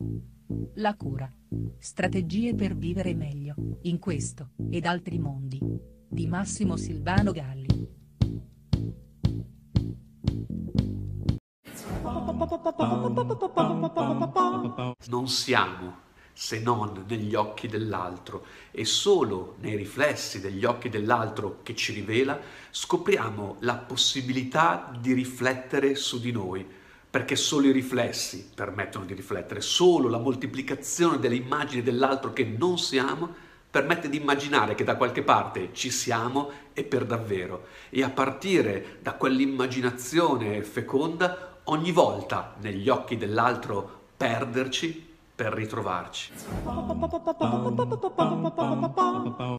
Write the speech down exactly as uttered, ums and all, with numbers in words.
La cura. Strategie per vivere meglio, in questo, ed altri mondi. Di Massimo Silvano Galli. Non siamo se non negli occhi dell'altro, e solo nei riflessi degli occhi dell'altro che ci rivela scopriamo la possibilità di riflettere su di noi, perché solo i riflessi permettono di riflettere, solo la moltiplicazione delle immagini dell'altro che non siamo permette di immaginare che da qualche parte ci siamo e per davvero, e a partire da quell'immaginazione feconda ogni volta negli occhi dell'altro perderci per ritrovarci.